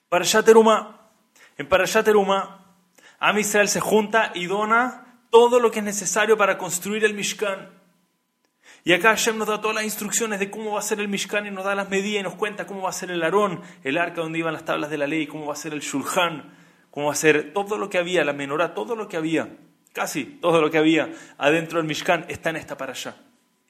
Parashat Terumá. En Parashat Terumá, Am Israel se junta y dona todo lo que es necesario para construir el Mishkan. Y acá Hashem nos da todas las instrucciones de cómo va a ser el Mishkan y nos da las medidas y nos cuenta cómo va a ser el Arón, el arca donde iban las tablas de la ley, cómo va a ser el Shulchan, cómo va a ser todo lo que había, la menorá, todo lo que había, casi todo lo que había adentro del Mishkan está en esta parashá.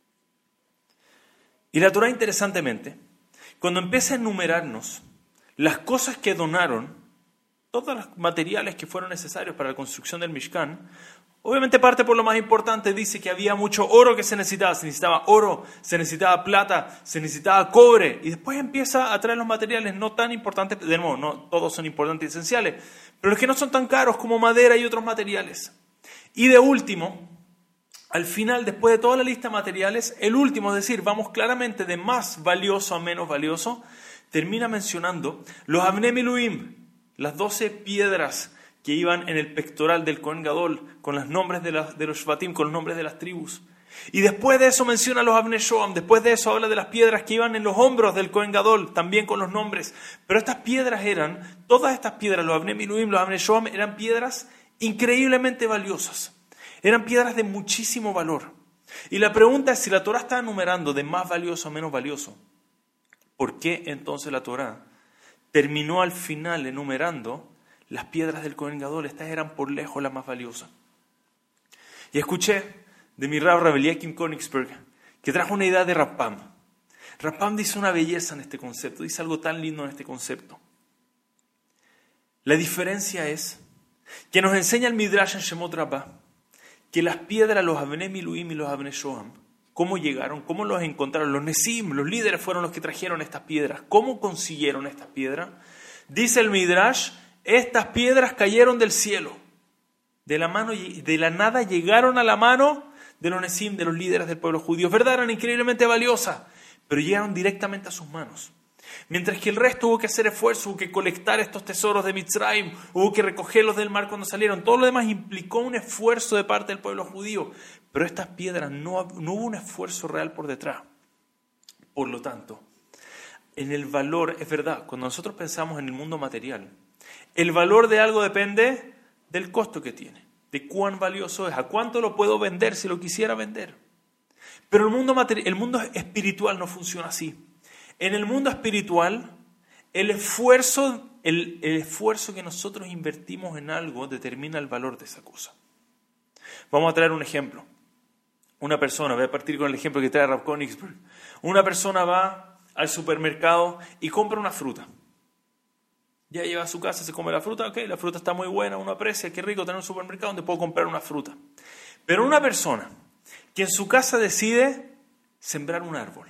Y la Torá, interesantemente, cuando empieza a enumerarnos las cosas que donaron, todos los materiales que fueron necesarios para la construcción del Mishkan, obviamente parte por lo más importante, dice que había mucho oro que se necesitaba oro, se necesitaba plata, se necesitaba cobre, y después empieza a traer los materiales no tan importantes, de nuevo, no todos son importantes y esenciales, pero los que no son tan caros como madera y otros materiales. Y de último, al final, después de toda la lista de materiales, el último, es decir, vamos claramente de más valioso a menos valioso, termina mencionando los Avnei Miluim, las 12 piedras que iban en el pectoral del Cohen Gadol, con los nombres de los Shvatim, con los nombres de las tribus. Y después de eso menciona los Avnei Shoam, después de eso habla de las piedras que iban en los hombros del Cohen Gadol, también con los nombres. Pero estas piedras todas estas piedras, los Avnei Miluim, los Avnei Shoam, eran piedras increíblemente valiosas. Eran piedras de muchísimo valor. Y la pregunta es, si la Torá está enumerando de más valioso a menos valioso, ¿por qué entonces la Torá terminó al final enumerando las piedras del Cohen Gadol? Estas eran por lejos las más valiosas. Y escuché de mi Rav Eliakim Königsberg que trajo una idea de Rapam. Rapam dice una belleza en este concepto, dice algo tan lindo en este concepto. La diferencia es que nos enseña el Midrash en Shemot Rabbah que las piedras, los Avnei Miluim y los Avnei Shoam, ¿cómo llegaron? ¿Cómo los encontraron? Los Nesim, los líderes fueron los que trajeron estas piedras. ¿Cómo consiguieron estas piedras? Dice el Midrash, estas piedras cayeron del cielo. De la nada llegaron a la mano de los Nesim, de los líderes del pueblo judío. ¿Verdad? Eran increíblemente valiosas, pero llegaron directamente a sus manos. Mientras que el resto hubo que hacer esfuerzo, hubo que colectar estos tesoros de Mitzrayim, hubo que recogerlos del mar cuando salieron. Todo lo demás implicó un esfuerzo de parte del pueblo judío. Pero estas piedras no hubo un esfuerzo real por detrás. Por lo tanto, en el valor, es verdad, cuando nosotros pensamos en el mundo material, el valor de algo depende del costo que tiene, de cuán valioso es, a cuánto lo puedo vender si lo quisiera vender. Pero el mundo espiritual no funciona así. En el mundo espiritual, el esfuerzo que nosotros invertimos en algo determina el valor de esa cosa. Vamos a traer un ejemplo. Una persona, voy a partir con el ejemplo que trae Rav Königsberg. Una persona va al supermercado y compra una fruta. Ya lleva a su casa, se come la fruta, ok, la fruta está muy buena, uno aprecia, qué rico tener un supermercado donde puedo comprar una fruta. Pero una persona que en su casa decide sembrar un árbol,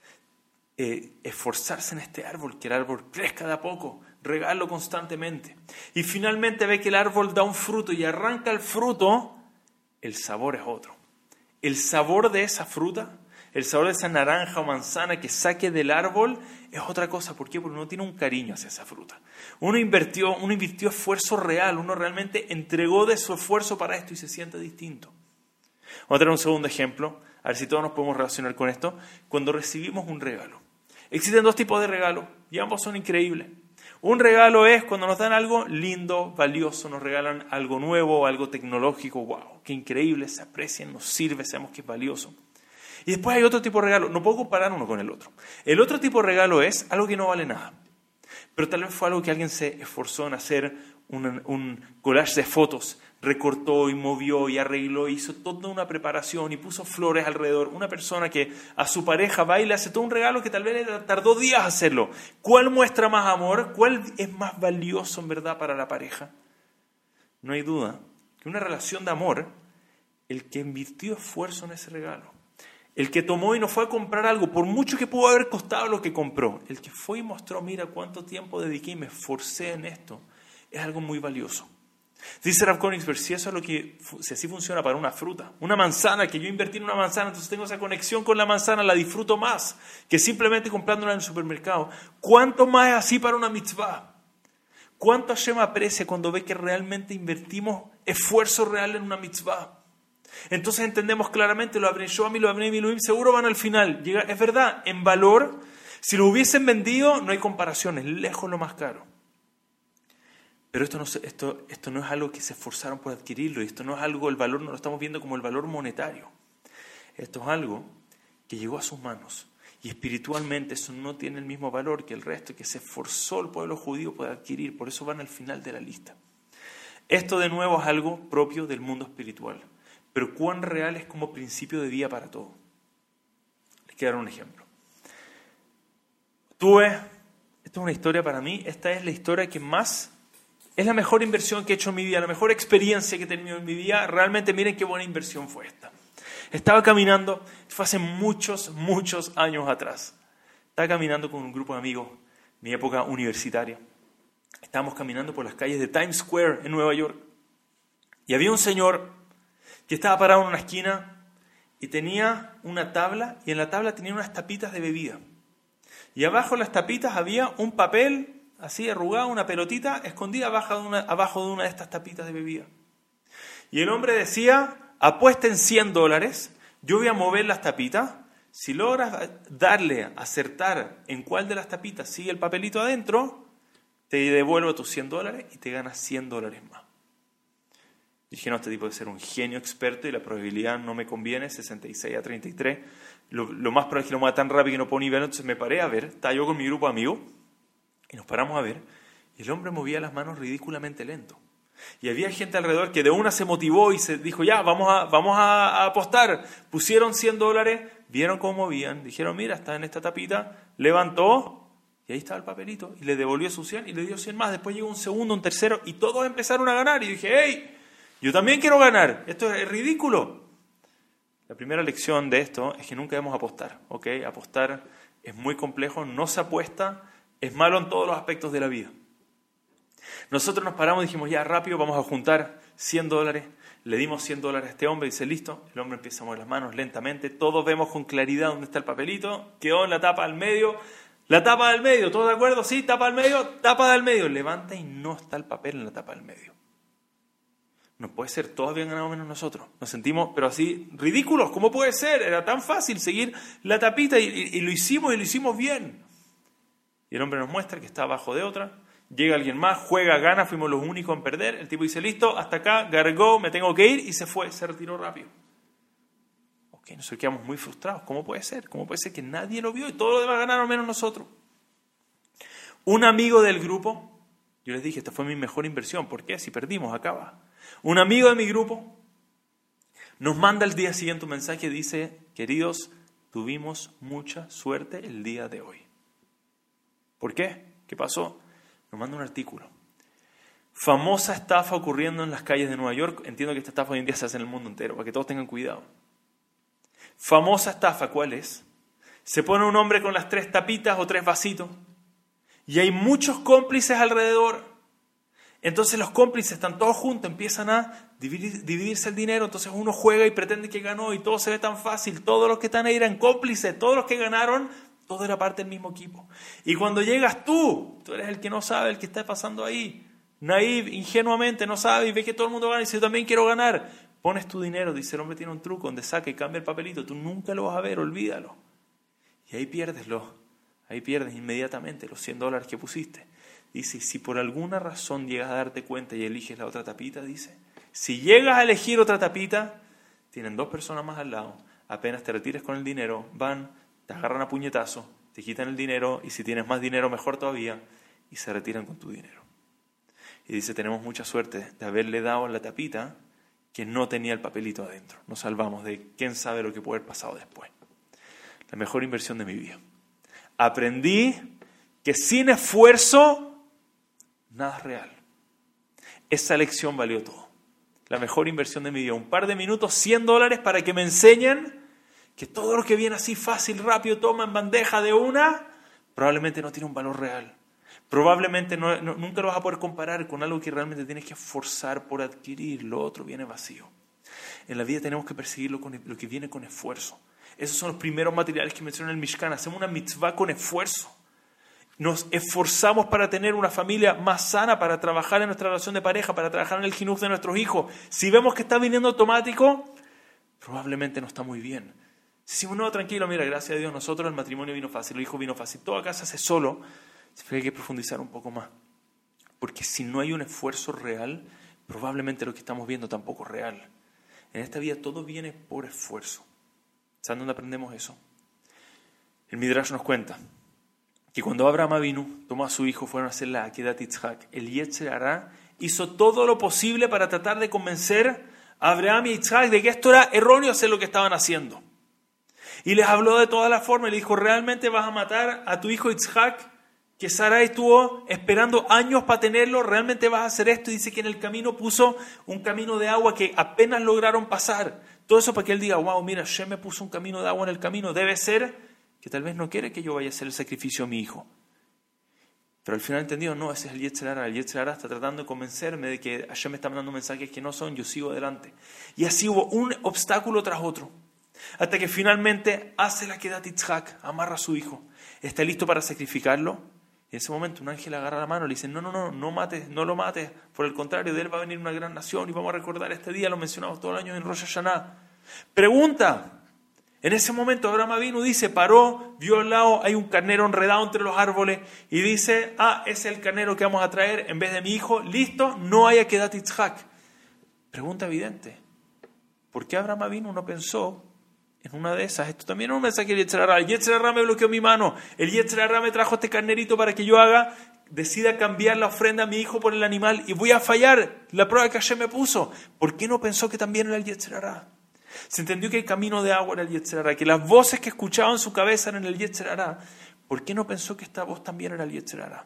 esforzarse en este árbol, que el árbol crezca de a poco, regarlo constantemente, y finalmente ve que el árbol da un fruto y arranca el fruto, el sabor es otro. El sabor de esa fruta, el sabor de esa naranja o manzana que saque del árbol es otra cosa. ¿Por qué? Porque uno tiene un cariño hacia esa fruta. Uno invirtió esfuerzo real, uno realmente entregó de su esfuerzo para esto y se siente distinto. Vamos a tener un segundo ejemplo, a ver si todos nos podemos relacionar con esto. Cuando recibimos un regalo. Existen dos tipos de regalos y ambos son increíbles. Un regalo es cuando nos dan algo lindo, valioso, nos regalan algo nuevo, algo tecnológico, wow, qué increíble, se aprecia, nos sirve, sabemos que es valioso. Y después hay otro tipo de regalo, no puedo comparar uno con el otro. El otro tipo de regalo es algo que no vale nada, pero tal vez fue algo que alguien se esforzó en hacer un collage de fotos, recortó y movió y arregló, hizo toda una preparación y puso flores alrededor. Una persona que a su pareja va y le hace todo un regalo que tal vez le tardó días hacerlo. ¿Cuál muestra más amor? ¿Cuál es más valioso en verdad para la pareja? No hay duda que una relación de amor, el que invirtió esfuerzo en ese regalo, el que tomó y no fue a comprar algo, por mucho que pudo haber costado lo que compró, el que fue y mostró, mira cuánto tiempo dediqué y me esforcé en esto, es algo muy valioso. Dice Rav Königsberg, si así funciona para una fruta, una manzana, que yo invertí en una manzana, entonces tengo esa conexión con la manzana, la disfruto más que simplemente comprándola en el supermercado. ¿Cuánto más es así para una mitzvah? ¿Cuánto Hashem aprecia cuando ve que realmente invertimos esfuerzo real en una mitzvah? Entonces entendemos claramente, los Avnei Shoam y los Avnei Miluim seguro van al final. Es verdad, en valor, si lo hubiesen vendido, no hay comparaciones, lejos lo más caro. Pero esto no es algo que se esforzaron por adquirirlo, y esto no es algo, el valor no lo estamos viendo como el valor monetario. Esto es algo que llegó a sus manos. Y espiritualmente eso no tiene el mismo valor que el resto, que se esforzó el pueblo judío por adquirir. Por eso van al final de la lista. Esto de nuevo es algo propio del mundo espiritual. Pero cuán real es como principio de vida para todo. Les quiero dar un ejemplo. Esto es una historia para mí, esta es la historia que más... Es la mejor inversión que he hecho en mi vida, la mejor experiencia que he tenido en mi vida. Realmente miren qué buena inversión fue esta. Estaba caminando, fue hace muchos años atrás. Estaba caminando con un grupo de amigos, mi época universitaria. Estábamos caminando por las calles de Times Square en Nueva York. Y había un señor que estaba parado en una esquina y tenía una tabla, y en la tabla tenía unas tapitas de bebida. Y abajo de las tapitas había un papel así arrugado, una pelotita escondida abajo de una de estas tapitas de bebida. Y el hombre decía, apuesten $100, yo voy a mover las tapitas, si logras acertar en cuál de las tapitas sigue el papelito adentro, te devuelvo tus $100 y te ganas $100 más. Dije, no, este tipo debe ser un genio experto y la probabilidad no me conviene, 66-33. Lo más probable es que lo mueva tan rápido que no puedo ni verlo, entonces me paré a ver, estaba yo con mi grupo de amigos, y nos paramos a ver, y el hombre movía las manos ridículamente lento. Y había gente alrededor que de una se motivó y se dijo, ya, vamos a apostar. Pusieron $100, vieron cómo movían, dijeron, mira, está en esta tapita, levantó, y ahí estaba el papelito, y le devolvió sus 100 y le dio 100 más. Después llegó un segundo, un tercero, y todos empezaron a ganar. Y dije, hey, yo también quiero ganar, esto es ridículo. La primera lección de esto es que nunca debemos apostar, ¿ok? Apostar es muy complejo, no se apuesta, es malo en todos los aspectos de la vida. Nosotros nos paramos y dijimos, ya rápido, vamos a juntar $100. Le dimos $100 a este hombre, dice, listo. El hombre empieza a mover las manos lentamente. Todos vemos con claridad dónde está el papelito. Quedó en la tapa al medio. La tapa del medio, ¿todos de acuerdo? Sí, tapa al medio, tapa del medio. Levanta y no está el papel en la tapa del medio. No puede ser, todos habían ganado menos nosotros. Nos sentimos, pero así, ridículos. ¿Cómo puede ser? Era tan fácil seguir la tapita y lo hicimos bien. Y el hombre nos muestra que está abajo de otra. Llega alguien más, juega, gana, fuimos los únicos en perder. El tipo dice, listo, hasta acá, gotta go, me tengo que ir, y se fue, se retiró rápido. Ok, nosotros quedamos muy frustrados. ¿Cómo puede ser? ¿Cómo puede ser que nadie lo vio y todos los demás ganaron menos nosotros? Un amigo del grupo, yo les dije, esta fue mi mejor inversión. ¿Por qué? Si perdimos, acaba. Un amigo de mi grupo nos manda el día siguiente un mensaje, dice, queridos, tuvimos mucha suerte el día de hoy. ¿Por qué? ¿Qué pasó? Nos manda un artículo. Famosa estafa ocurriendo en las calles de Nueva York. Entiendo que esta estafa hoy en día se hace en el mundo entero, para que todos tengan cuidado. Famosa estafa, ¿cuál es? Se pone un hombre con las 3 tapitas o 3 vasitos y hay muchos cómplices alrededor. Entonces los cómplices están todos juntos, empiezan a dividirse el dinero. Entonces uno juega y pretende que ganó y todo se ve tan fácil. Todos los que están ahí eran cómplices, todos los que ganaron, todo era parte del mismo equipo. Y cuando llegas tú eres el que no sabe, el que está pasando ahí. Naive, ingenuamente no sabe y ve que todo el mundo gana y dice, yo también quiero ganar. Pones tu dinero, dice el hombre tiene un truco donde saca y cambia el papelito. Tú nunca lo vas a ver, olvídalo. Y ahí pierdes inmediatamente los $100 que pusiste. Dice, si por alguna razón llegas a darte cuenta y eliges la otra tapita, dice, si llegas a elegir otra tapita, tienen 2 personas más al lado. Apenas te retires con el dinero, van, te agarran a puñetazo, te quitan el dinero y si tienes más dinero, mejor todavía, y se retiran con tu dinero. Y dice, tenemos mucha suerte de haberle dado la tapita que no tenía el papelito adentro. Nos salvamos de quién sabe lo que puede haber pasado después. La mejor inversión de mi vida. Aprendí que sin esfuerzo, nada es real. Esa lección valió todo. La mejor inversión de mi vida. Un par de minutos, $100 para que me enseñen que todo lo que viene así fácil, rápido, toma en bandeja de una, probablemente no tiene un valor real. Probablemente nunca lo vas a poder comparar con algo que realmente tienes que esforzar por adquirir. Lo otro viene vacío. En la vida tenemos que perseguirlo con lo que viene con esfuerzo. Esos son los primeros materiales que menciona el Mishkan. Hacemos una mitzvah con esfuerzo. Nos esforzamos para tener una familia más sana, para trabajar en nuestra relación de pareja, para trabajar en el jinuj de nuestros hijos. Si vemos que está viniendo automático, probablemente no está muy bien. Si decimos, no, tranquilo, mira, gracias a Dios, nosotros el matrimonio vino fácil, el hijo vino fácil, todo acá se hace solo, hay que profundizar un poco más. Porque si no hay un esfuerzo real, probablemente lo que estamos viendo tampoco es real. En esta vida todo viene por esfuerzo. ¿Saben dónde aprendemos eso? El Midrash nos cuenta que cuando Abraham vino, tomó a su hijo, fueron a hacer la Akedat Yitzhak. El Yetzer Hará hizo todo lo posible para tratar de convencer a Abraham y Yitzhak de que esto era erróneo hacer lo que estaban haciendo. Y les habló de todas las formas. Le dijo, ¿realmente vas a matar a tu hijo Yitzhak? Que Sarai estuvo esperando años para tenerlo. ¿Realmente vas a hacer esto? Y dice que en el camino puso un camino de agua que apenas lograron pasar. Todo eso para que él diga, wow, mira, Hashem me puso un camino de agua en el camino. Debe ser que tal vez no quiere que yo vaya a hacer el sacrificio a mi hijo. Pero al final entendido, no, ese es el Yetzer Hará. El Yetzer Hará está tratando de convencerme de que Hashem me está mandando mensajes que no son, yo sigo adelante. Y así hubo un obstáculo tras otro. Hasta que finalmente hace la Akedat Yitzhak, amarra a su hijo. Está listo para sacrificarlo. Y en ese momento un ángel agarra la mano y le dice, no lo mates. Por el contrario, de él va a venir una gran nación y vamos a recordar este día, lo mencionamos todo el año en Rosh Hashanah. Pregunta. En ese momento Abraham vino, dice, paró, vio al lado, hay un carnero enredado entre los árboles y dice, ese es el carnero que vamos a traer en vez de mi hijo. Listo, no hay Akedat Yitzhak. Pregunta evidente. ¿Por qué Abraham vino no pensó en una de esas? Esto también es un mensaje del Yetzer Hará. El Yetzer Hará me bloqueó mi mano. El Yetzer Hará me trajo este carnerito para que yo decida cambiar la ofrenda a mi hijo por el animal y voy a fallar la prueba que Hashem me puso. ¿Por qué no pensó que también era el Yetzer Hará? Se entendió que el camino de agua era el Yetzer Hará, que las voces que escuchaba en su cabeza eran el Yetzer Hará. ¿Por qué no pensó que esta voz también era el Yetzer Hará?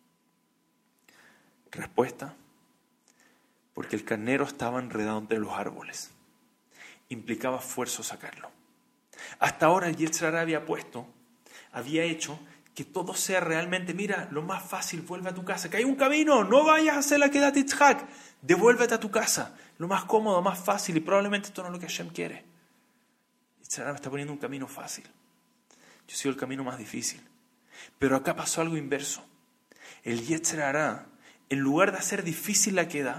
Respuesta: porque el carnero estaba enredado entre los árboles. Implicaba esfuerzo sacarlo. Hasta ahora el Yetzer Hará había hecho que todo sea realmente, mira, lo más fácil, vuelve a tu casa, que hay un camino, no vayas a hacer la Akedat Yitzhak, devuélvete a tu casa, lo más cómodo, más fácil, y probablemente esto no es lo que Hashem quiere. Yetzer Hará me está poniendo un camino fácil, yo sigo el camino más difícil. Pero acá pasó algo inverso. El Yetzer Hará, en lugar de hacer difícil la Akedat,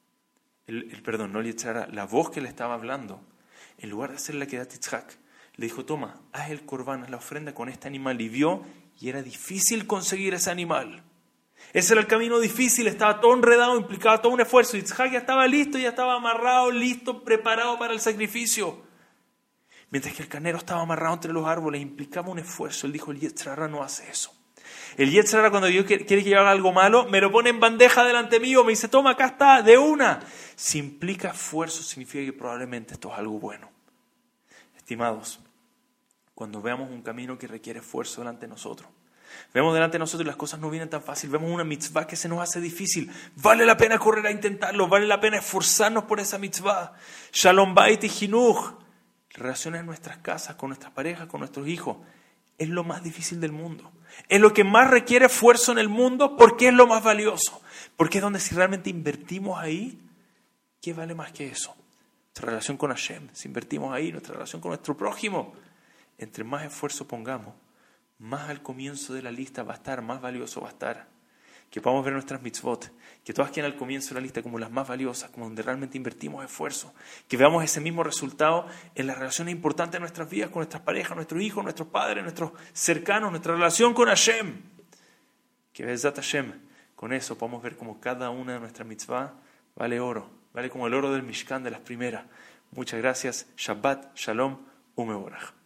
no el Yetzer Hará, la voz que le estaba hablando, en lugar de hacer la Akedat Yitzhak, le dijo, toma, haz el corbán, haz la ofrenda con este animal. Y vio, y era difícil conseguir ese animal. Ese era el camino difícil, estaba todo enredado, implicaba todo un esfuerzo. Yitzhak ya estaba listo, ya estaba amarrado, listo, preparado para el sacrificio. Mientras que el carnero estaba amarrado entre los árboles, implicaba un esfuerzo. Él dijo, el Yetzer Hará no hace eso. El Yetzer Hará, cuando Dios quiere que yo haga algo malo, me lo pone en bandeja delante mío, me dice, toma, acá está, de una. Si implica esfuerzo, significa que probablemente esto es algo bueno. Estimados, cuando veamos un camino que requiere esfuerzo delante de nosotros, vemos delante de nosotros y las cosas no vienen tan fácil, vemos una mitzvah que se nos hace difícil, vale la pena correr a intentarlo, vale la pena esforzarnos por esa mitzvah. Shalom Bait y Jinuj, relaciones en nuestras casas, con nuestras parejas, con nuestros hijos, es lo más difícil del mundo. Es lo que más requiere esfuerzo en el mundo porque es lo más valioso. Porque es donde si realmente invertimos ahí, ¿qué vale más que eso? Nuestra relación con Hashem, si invertimos ahí, nuestra relación con nuestro prójimo. Entre más esfuerzo pongamos, más al comienzo de la lista va a estar, más valioso va a estar. Que podamos ver nuestras mitzvot, que todas queden al comienzo de la lista como las más valiosas, como donde realmente invertimos esfuerzo. Que veamos ese mismo resultado en las relaciones importantes de nuestras vidas, con nuestras parejas, nuestros hijos, nuestros padres, nuestros cercanos, nuestra relación con Hashem. Que Be'ezat Hashem, con eso podamos ver como cada una de nuestras mitzvah vale oro, vale como el oro del Mishkan de las primeras. Muchas gracias. Shabbat, Shalom, Umeborach.